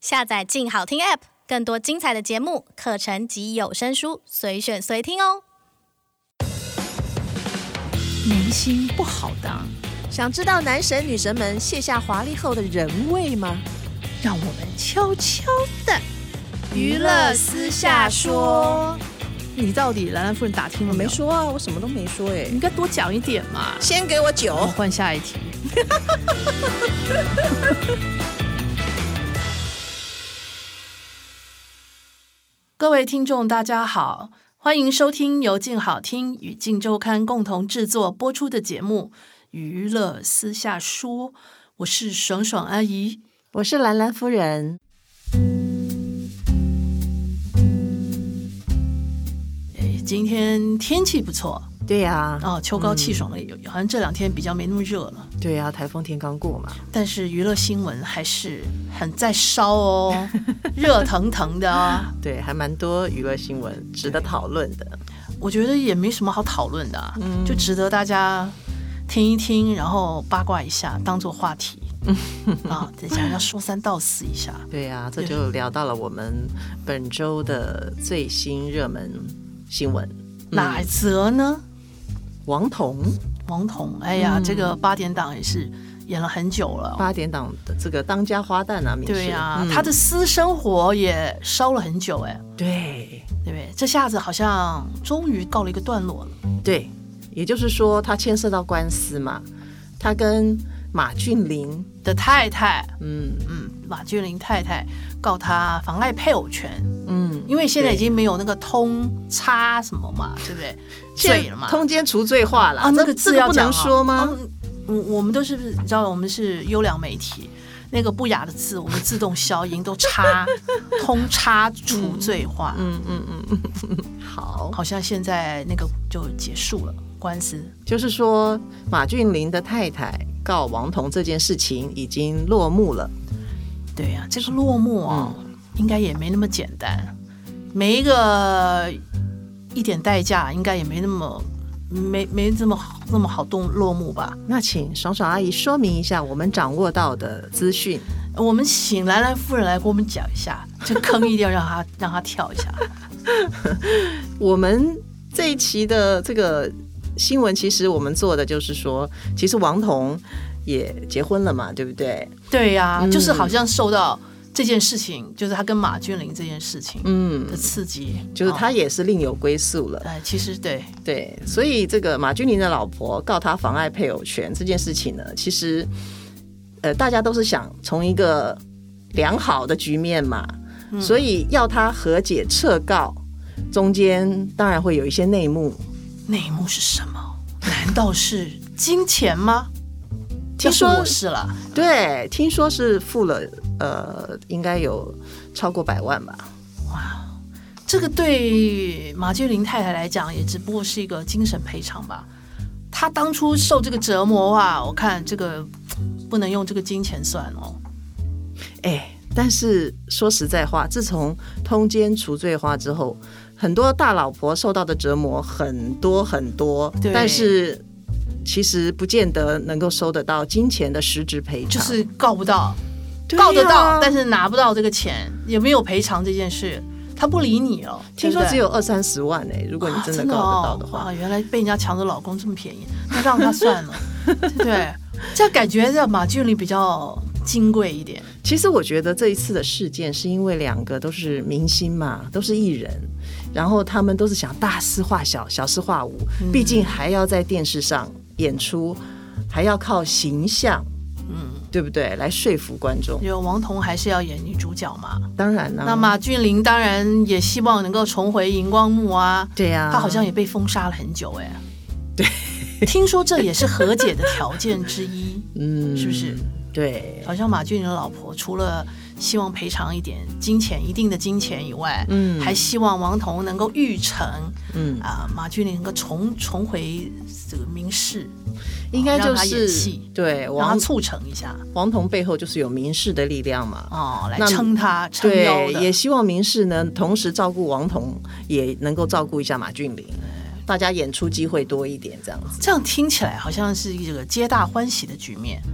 下载静好听 App， 更多精彩的节目、课程及有声书，随选随听哦。 明星不好当， 想知道男神女神们卸下华丽后的人味吗？ 让我们悄悄的娱乐私下说。 你到底兰兰夫人打听了我没有？ 没说啊，我什么都没说哎、 你应该多讲一点嘛。 先给我酒。 换下一题。各位听众大家好，欢迎收听由静好听与静周刊共同制作播出的节目《娱乐私下说》，我是爽爽阿姨， 我是兰兰夫人。 今天天气不错， 对呀、 秋高气爽的，好像这两天比较没那么热了。 对呀、台风天刚过嘛。 但是娱乐新闻还是很在烧哦，热腾腾的哦。 对，还蛮多娱乐新闻值得讨论的。 我觉得也没什么好讨论的、就值得大家听一听，然后八卦一下，当做话题。等一下要说三道四一下。 对呀、这就聊到了我们本周的最新热门新闻。 哪则呢？ 王彤， 哎呀，这个8点档也是演了很久了。 8点档的这个当家花旦啊， 对呀、他的私生活也烧了很久哎。 对对不对？这下子好像终于告了一个段落了。 对，也就是说他牵涉到官司嘛，他跟马俊麟的太太，马俊麟太太告他妨碍配偶权，因为现在已经没有那个通差什么嘛，对不对？罪了嘛， 通奸除罪化了那个字要不能说吗？ 我们都是你知道，我们是优良媒体，那个不雅的字我们自动消音，都插通差除罪化。好像现在那个就结束了官司， 就是说马俊麟的太太告王彤这件事情已经落幕了。 对呀、这个落幕应该也没那么简单，没一个一点代价，应该也没那么没这么好落幕吧？ 那请爽爽阿姨说明一下我们掌握到的资讯。 我们请兰兰夫人来给我们讲一下，这个坑一定要让她跳一下。 我们这一期的这个新闻，其实我们做的就是说，其实王彤也结婚了嘛，对不对？ 对呀、就是好像受到这件事情，就是他跟马俊麟这件事情的刺激， 就是他也是另有归宿了。 其实对， 所以这个马俊麟的老婆告他妨碍配偶权这件事情呢，其实大家都是想从一个良好的局面嘛，所以要他和解撤告，中间当然会有一些内幕。 内幕是什么？难道是金钱吗？ 听说我是了， 对，听说是付了应该有超过100万吧。 哇，这个对马俊麟太太来讲，也只不过是一个精神赔偿吧。他当初受这个折磨啊，我看这个不能用这个金钱算哦。 但是说实在话，自从通奸除罪化之后，很多大老婆受到的折磨很多很多，但是其实不见得能够收得到金钱的实质赔偿， 就是告不到，告得到，但是拿不到这个钱，也没有赔偿这件事，他不理你了。 听说只有20-30万如果你真的告得到的话。 原来被人家抢走老公这么便宜，那让他算了。对，这样感觉这马俊麟比较金贵一点。 其实我觉得这一次的事件是因为2个都是明星嘛，都是艺人，然后他们都是想大事化小，小事化无，毕竟还要在电视上演出，还要靠形象，对不对？来说服观众。 有王彤还是要演女主角嘛？ 当然啦、 那马俊麟当然也希望能够重回荧光幕啊。 对呀、 他好像也被封杀了很久对， 听说这也是和解的条件之一，是不是？ 对， 好像马俊麟的老婆除了希望赔偿一点一定的金钱以外，还希望王彤能够育成，马俊麟能够重回这个民视， 应该就让他演是戏， 对， 让他促成一下。 王彤背后就是有民视的力量嘛， 来撑他撑腰的， 对，也希望民视呢同时照顾王彤，也能够照顾一下马俊麟，大家演出机会多一点，这样子。 这样听起来好像是一个皆大欢喜的局面。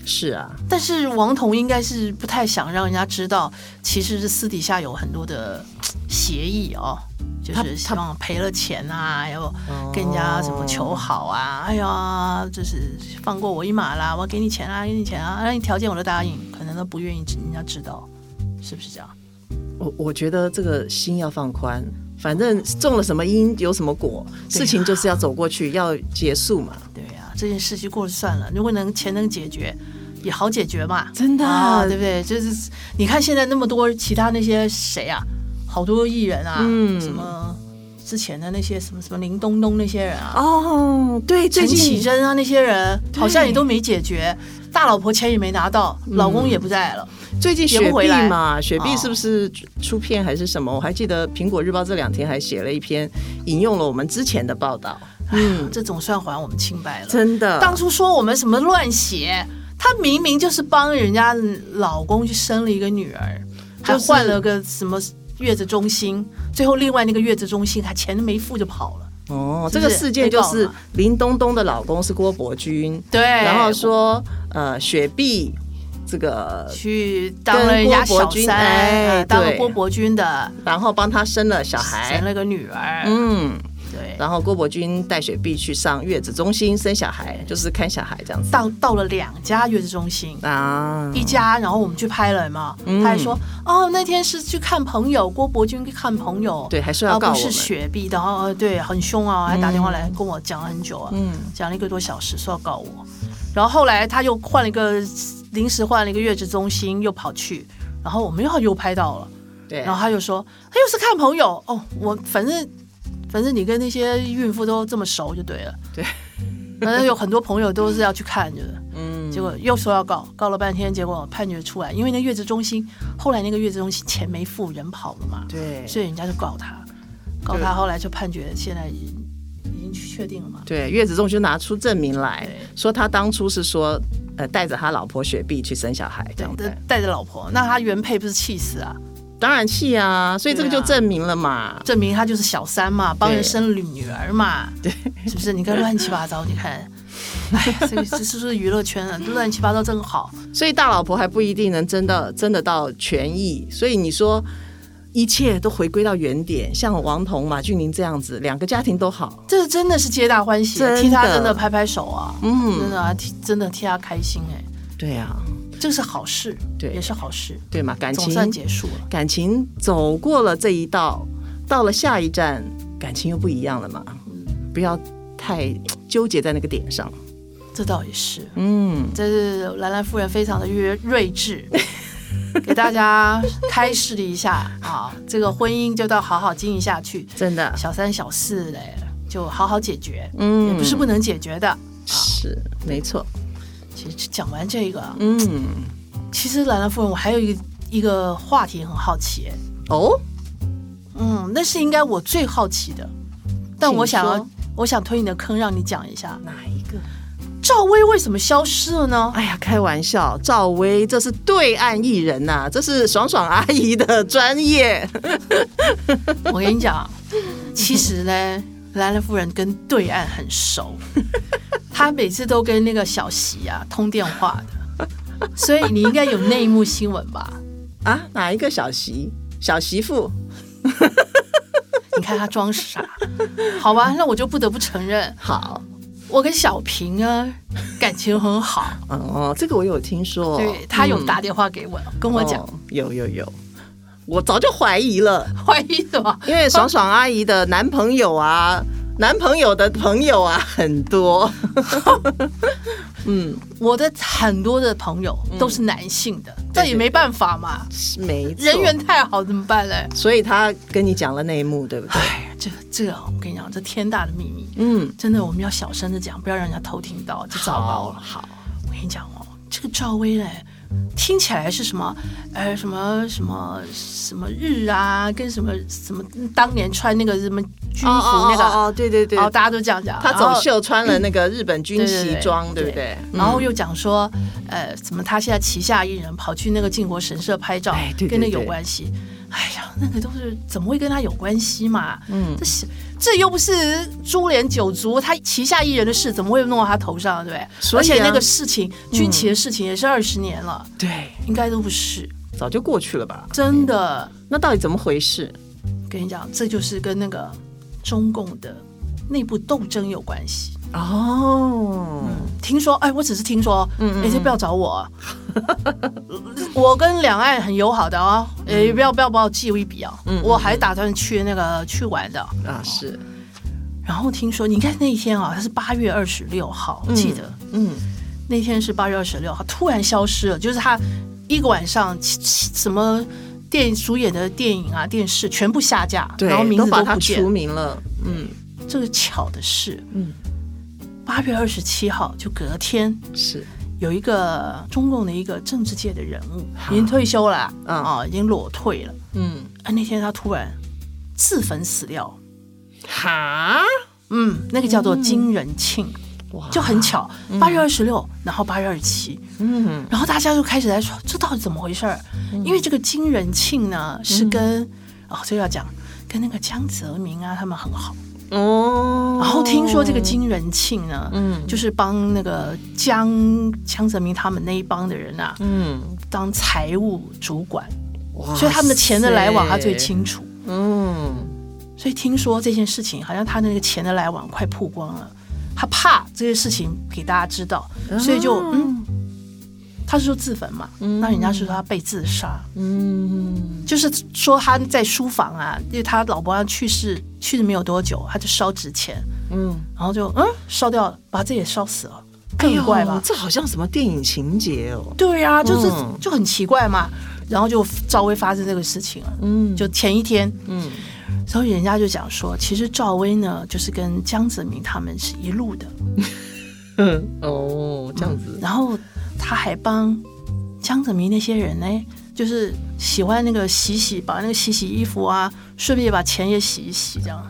是啊， 但是王彤应该是不太想让人家知道，其实是私底下有很多的协议哦，就是希望赔了钱啊，要跟人家什么求好啊，哎呀，就是放过我一马啦，我给你钱啊，给你钱啊，让你条件我都答应，可能都不愿意人家知道，是不是这样？ 我觉得这个心要放宽，反正种了什么因有什么果，事情就是要走过去，要结束嘛。 对呀，这件事就过了算了，如果钱能解决。也好解决嘛， 真的啊，对不对？就是你看现在那么多其他那些谁啊，好多艺人啊，什么之前的那些什么林东东那些人啊， 哦，对， 陈绮贞啊那些人，好像也都没解决，大老婆钱也没拿到，老公也不在了。 最近雪碧嘛，雪碧是不是出片还是什么？我还记得《苹果日报》这2天还写了一篇，引用了我们之前的报道。 这总算还我们清白了。 真的， 当初说我们什么乱写。她明明就是帮人家老公去生了一个女儿，还换了个什么月子中心，最后另外那个月子中心还钱都没付就跑了。 哦，这个事件就是林东东的老公是郭伯钧， 对， 然后说雪碧这个去当了人家小三，当了郭伯钧的， 然后帮他生了小孩， 生了个女儿，对， 然后郭伯钧带雪碧去上月子中心生小孩，就是看小孩这样子。 到了2家月子中心啊， 一家，然后我们去拍了嘛，他还说那天是去看朋友，郭伯钧去看朋友， 对，还说要告我们， 不是雪碧的，然后对，很凶啊，还打电话来跟我讲了很久啊，讲了1个多小时，说要告我。然后后来他又临时换了一个月子中心，又跑去，然后我们又拍到了， 对， 然后他又说他又是看朋友哦，我反正你跟那些孕妇都这么熟就对了， 对， 反正有很多朋友都是要去看的，结果又说要告了半天，结果判决出来，因为那月子中心后来那个月子中心钱没付，人跑了嘛， 对， 所以人家就告他，后来就判决现在已经确定了嘛， 对，月子中心拿出证明来说他当初是说带着他老婆雪碧去生小孩这样子， 带着老婆，那他原配不是气死啊？ 当然气啊，所以这个就证明了嘛， 证明他就是小三嘛，帮人生了女儿嘛， 对， 是不是？你看乱七八糟，你看，哎呀，这是不是娱乐圈啊？乱七八糟真好， 所以大老婆还不一定能争得到权益，所以你说一切都回归到原点，像王彤、马俊麟这样子，2个家庭都好， 这真的是皆大欢喜，替他真的拍拍手啊，真的真的替他开心哎， 对啊。 这是好事， 对， 也是好事， 对嘛？感情总算结束了， 感情走过了这一道，到了下一站，感情又不一样了嘛。不要太纠结在那个点上。 这倒也是，这是兰兰夫人非常的睿智，给大家开示了一下啊，这个婚姻就要好好经营下去， 真的， 小3小4嘞，就好好解决，也不是不能解决的， 是没错。 其实讲完这个，其实兰兰夫人，我还有一个话题很好奇，那是应该我最好奇的，但我想推你的坑，让你讲一下哪一个？ 赵薇为什么消失了呢？ 哎呀，开玩笑，赵薇这是对岸艺人呐，这是爽爽阿姨的专业。 我跟你讲，其实呢，兰兰夫人跟对岸很熟。他每次都跟那个小席啊通电话的，所以你应该有内幕新闻吧？ 啊，哪一个小媳妇？ 你看他装傻，好吧？那我就不得不承认， 好， 我跟小平啊感情很好。 哦，这个我有听说， 对，他有打电话给我，跟我讲， 有，我早就怀疑了， 怀疑什么？ 因为爽爽阿姨的男朋友啊。男朋友的朋友啊，很多。 我的很多的朋友都是男性的，这也没办法嘛， 没错， 人缘太好怎么办嘞？ 所以他跟你讲了内幕，对不对？ 哎，这个我跟你讲，这天大的秘密，真的我们要小声的讲，不要让人家偷听到，就糟糕了。好，我跟你讲哦，这个赵薇嘞，听起来是什么？什么日啊，跟什么当年穿那个什么军服那个对， 然后大家都这样讲， 他走秀穿了那个日本军旗装，对不对？ 然后又讲说，什么他现在旗下艺人跑去那个靖国神社拍照，跟那有关系。哎呀， 那个都是怎么会跟他有关系嘛？这又不是株连九族，他旗下艺人的事怎么会弄到他头上，对不对？而且那个事情，军旗的事情也是20年了， 对， 应该都不是， 早就过去了吧？ 真的。 那到底怎么回事？ 跟你讲，这就是跟那个中共的内部斗争有关系。听说，我只是听说，就不要找我，我跟两岸很友好的哦，不要把我记为一笔啊，我还打算去玩的啊， 是。 然后听说，你看那一天啊，他是8月26号，记得，那天是8月26号，突然消失了，就是他一个晚上什么主演的电影啊、电视全部下架，然后名字都不见， 除名了。 这个巧的是，8月27号就隔天是有一个中共的一个政治界的人物已经退休了已经裸退了。那天他突然自焚死掉。那个叫做金仁庆。就很巧，8月26，然后8月27，然后大家就开始在说这到底怎么回事？因为这个金仁庆呢是跟这要讲跟那个江泽民啊他们很好然后听说这个金仁庆呢，就是帮那个江泽民他们那一帮的人啊，当财务主管，所以他们的钱的来往他最清楚。所以听说这件事情好像他那个钱的来往快曝光了。他怕这些事情给大家知道，所以就他是说自焚嘛，那人家是说他被自杀，就是说他在书房啊，因为他老婆去世没有多久，他就烧纸钱，然后就烧掉了，把自己也烧死了，很怪吧？ 这好像什么电影情节哦？ 对啊，就很奇怪嘛，然后就赵薇发生这个事情了，就前一天，所以人家就讲说，其实赵薇呢，就是跟江泽民他们是一路的。 这样子。然后他还帮江泽民那些人呢，就是喜欢那个把那个洗衣服啊，顺便把钱也洗一洗，这样。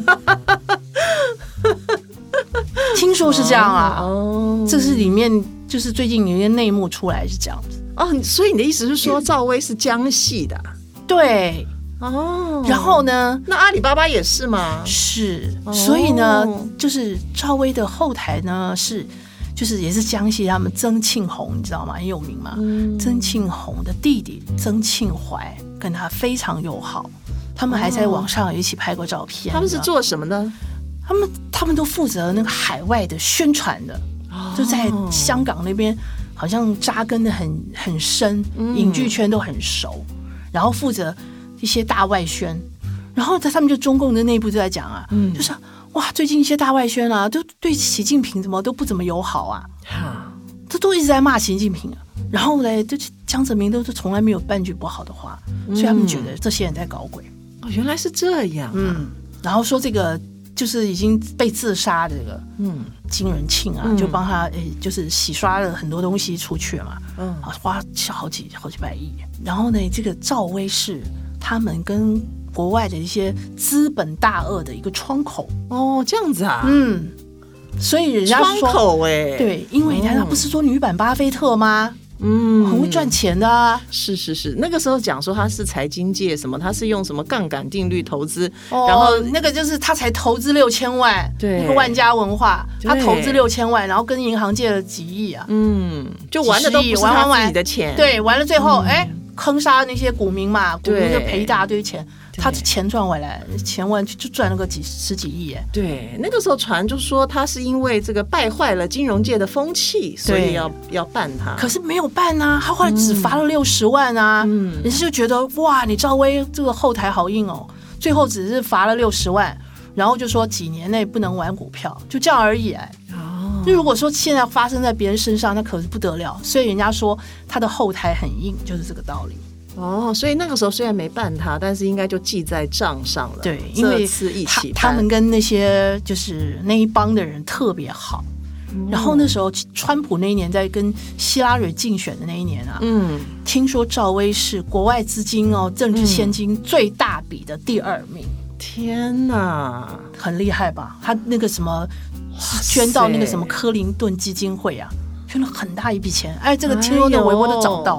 听说是这样啊。这是里面就是最近有些内幕出来是这样子。 所以你的意思是说赵薇是江系的？ 对。然后呢？ 那阿里巴巴也是吗？ 是，所以呢，就是赵薇的后台呢就是也是江西他们曾庆红，你知道吗？很有名嘛。曾庆红的弟弟曾庆怀跟他非常友好，他们还在网上一起拍过照片。 他们是做什么的？ 他们都负责那个海外的宣传的，就在香港那边好像扎根的很深，影剧圈都很熟，然后负责一些大外宣，然后他们就中共的内部就在讲啊，就是哇，最近一些大外宣啊，都对习近平怎么都不怎么友好啊，他都一直在骂习近平啊，然后呢，就江泽民都是从来没有半句不好的话，所以他们觉得这些人在搞鬼。 原来是这样然后说这个就是已经被自杀的这个金仁庆啊，就帮他就是洗刷了很多东西出去嘛，花好几百亿。然后呢，这个赵薇是他们跟国外的一些资本大鳄的一个窗口。 这样子啊。 所以人家说窗口对，因为他不是说女版巴菲特吗？很会赚钱的啊。 是，那个时候讲说他是财经界什么，他是用什么杠杆定律投资，然后那个就是他才投资6000万， 对， 那个万家文化，他投资6000万，然后跟银行借了几亿啊， 就玩的都不是他自己的钱， 对，完了最后坑杀那些股民嘛，股民就赔一大堆钱，他的钱赚回来，钱完就赚了个十几亿耶。 对，那个时候传就说他是因为这个败坏了金融界的风气，所以要办他。 可是没有办啊，他后来只罚了60万啊，人家就觉得哇，你赵薇这个后台好硬哦，最后只是罚了60万，然后就说几年内不能玩股票，就这样而已那如果说现在发生在别人身上，那可是不得了。所以人家说他的后台很硬，就是这个道理。 所以那个时候虽然没办他，但是应该就记在账上了。 对，因为他们跟那些就是那一帮的人特别好。然后那时候川普那一年在跟希拉蕊竞选的那一年啊，听说赵薇是国外资金政治现金最大笔的第2名。 天哪， 很厉害吧？他那个什么捐到那个什么克林顿基金会啊，捐了很大一笔钱。这个听说的微博都找到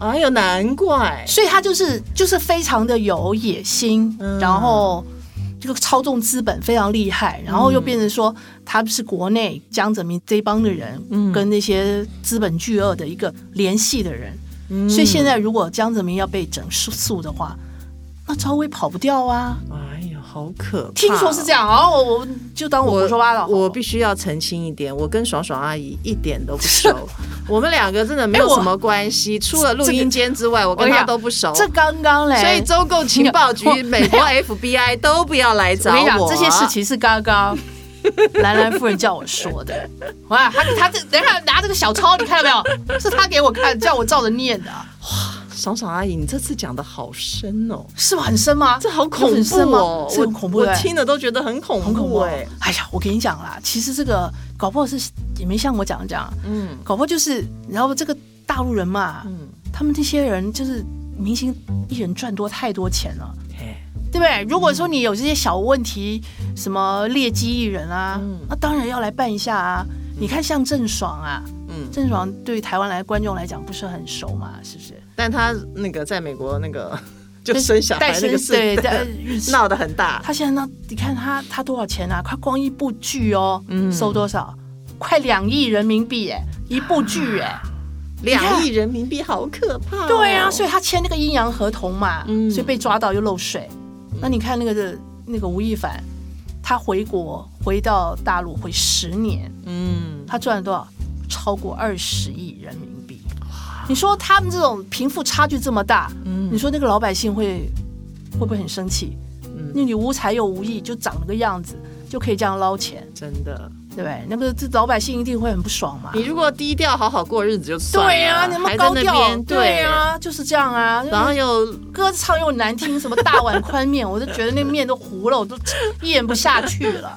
哎呦，难怪， 所以他就是非常的有野心，然后这个操纵资本非常厉害，然后又变成说他是国内江泽民这帮的人跟那些资本巨鳄的一个联系的人，所以现在如果江泽民要被整肃的话，那赵薇跑不掉啊。 哎呀，好可怕！ 听说是这样啊，我就当我胡说八道。 我必须要澄清一点，我跟爽爽阿姨一点都不熟，我们两个真的没有什么关系，除了录音间之外，我跟他都不熟。 这刚刚嘞， 所以中共情报局、美国 FBI 都不要来找我。 我跟你讲，这些事情是刚刚兰兰夫人叫我说的。哇，他等一下拿这个小抄，你看到没有？是他给我看，叫我照着念的。 哇，爽爽阿姨，你这次讲的好深哦， 是吗？很深吗？ 这好恐怖哦， 是很恐怖， 我听了都觉得很恐怖哎。 哎呀，我跟你讲啦，其实这个搞不好是也没像我讲的这样，搞不好就是然后这个大陆人嘛，他们这些人就是明星艺人赚太多钱了。对不对？如果说你有这些小问题，什么劣迹艺人啊，那当然要来办一下啊。你看像郑爽啊，郑爽对台湾来观众来讲不是很熟嘛，是不是？ 但他那个在美国那个就生小孩那个事，闹得很大。 他现在呢，你看他多少钱啊？他光一部剧哦，收多少？快2亿人民币哎，一部剧哎。 2亿人民币好可怕。 对啊，所以他签那个阴阳合同嘛，所以被抓到又漏税。那你看那个吴亦凡，他回到大陆回10年，他赚了多少？超过20亿人民币。你说他们这种贫富差距这么大，你说那个老百姓会不会很生气？那你无才又无艺，就长了个样子，就可以这样捞钱， 真的。 对不对？那个这老百姓一定会很不爽嘛。 你如果低调好好过日子就算了， 对啊，你们高调，对啊，就是这样啊。 然后又歌唱又难听，什么大碗宽面，我就觉得那面都糊了，我都咽不下去了。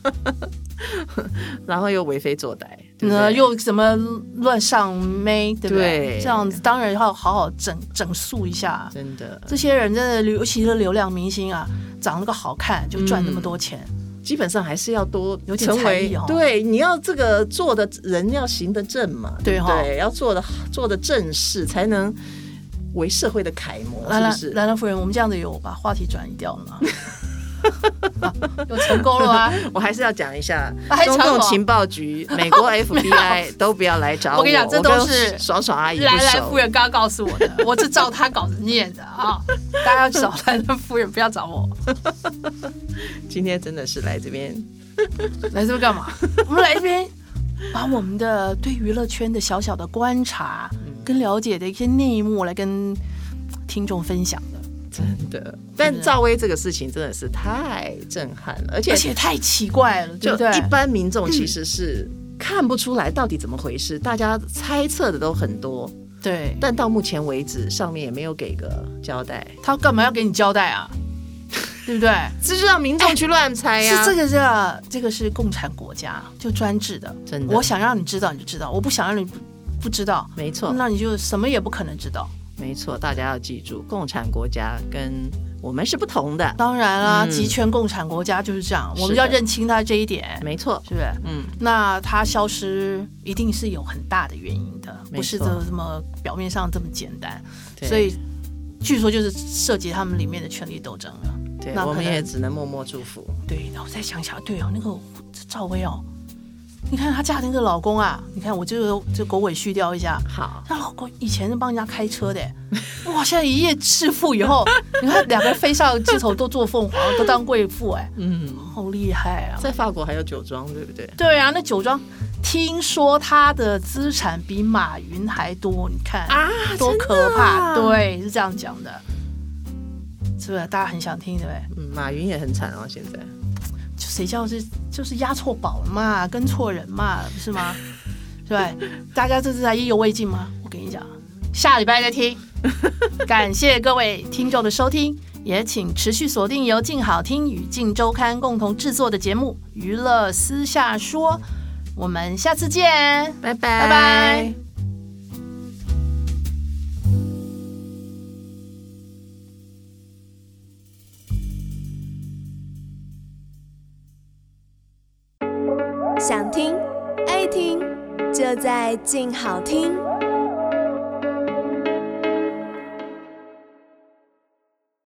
然后又为非作歹， 又什么乱上妹，对不对？这样子当然要好好整肃一下。 真的，这些人真的，尤其是流量明星啊，长了个好看就赚那么多钱。 基本上还是要多有点才艺哦。 对，你要这个做的人要行得正嘛，对不对？要做的正事，才能为社会的楷模，是不是？ 兰兰夫人，我们这样子有把话题转移掉了吗？有成功了吗？ 我还是要讲一下，中共情报局、美国 FBI 都不要来找我。 我跟你讲，这都是爽爽阿姨兰兰夫人刚刚告诉我的，我是照她稿子念的啊。大家要找兰兰夫人，不要找我。 今天真的是来这边干嘛？我们来这边把我们的对娱乐圈的小小的观察跟了解的一些内幕来跟听众分享的。 真的，但赵薇这个事情真的是太震撼了，而且太奇怪了，对不对？ 就一般民众其实是看不出来到底怎么回事，大家猜测的都很多， 对。 但到目前为止，上面也没有给个交代。 他干嘛要给你交代啊？对不对？ 这就让民众去乱猜呀。 是这个是共产国家，就专制的。 真的， 我想让你知道你就知道，我不想让你不知道， 没错， 那你就什么也不可能知道。 没错，大家要记住，共产国家跟我们是不同的。 当然啦，集权共产国家就是这样，我们要认清它这一点。 没错， 是不是？那它消失一定是有很大的原因的，不是这么表面上这么简单。所以据说就是涉及他们里面的权力斗争了。 对，我们也只能默默祝福。 对，然后再想想，对哦，那个赵薇哦。你看她嫁的那个老公啊，你看我就狗尾续貂一下。 好， 她老公以前是帮人家开车的，哇，现在一夜致富以后，你看两个人飞上枝头都做凤凰，都当贵妇，好厉害啊！ 在法国还有酒庄，对不对？ 对啊，那酒庄听说他的资产比马云还多，你看啊，多可怕！对，是这样讲的，是不是？大家很想听，对不对？ 马云也很惨哦，现在。 谁叫就是押错宝了嘛，跟错人嘛，不是吗？是吧？大家这是在意犹未尽吗？我跟你讲，下礼拜再听。感谢各位听众的收听，也请持续锁定由静好听与静周刊共同制作的节目《娱乐私下说》，我们下次见， 拜拜， 拜拜。 想听爱听，就在静好听。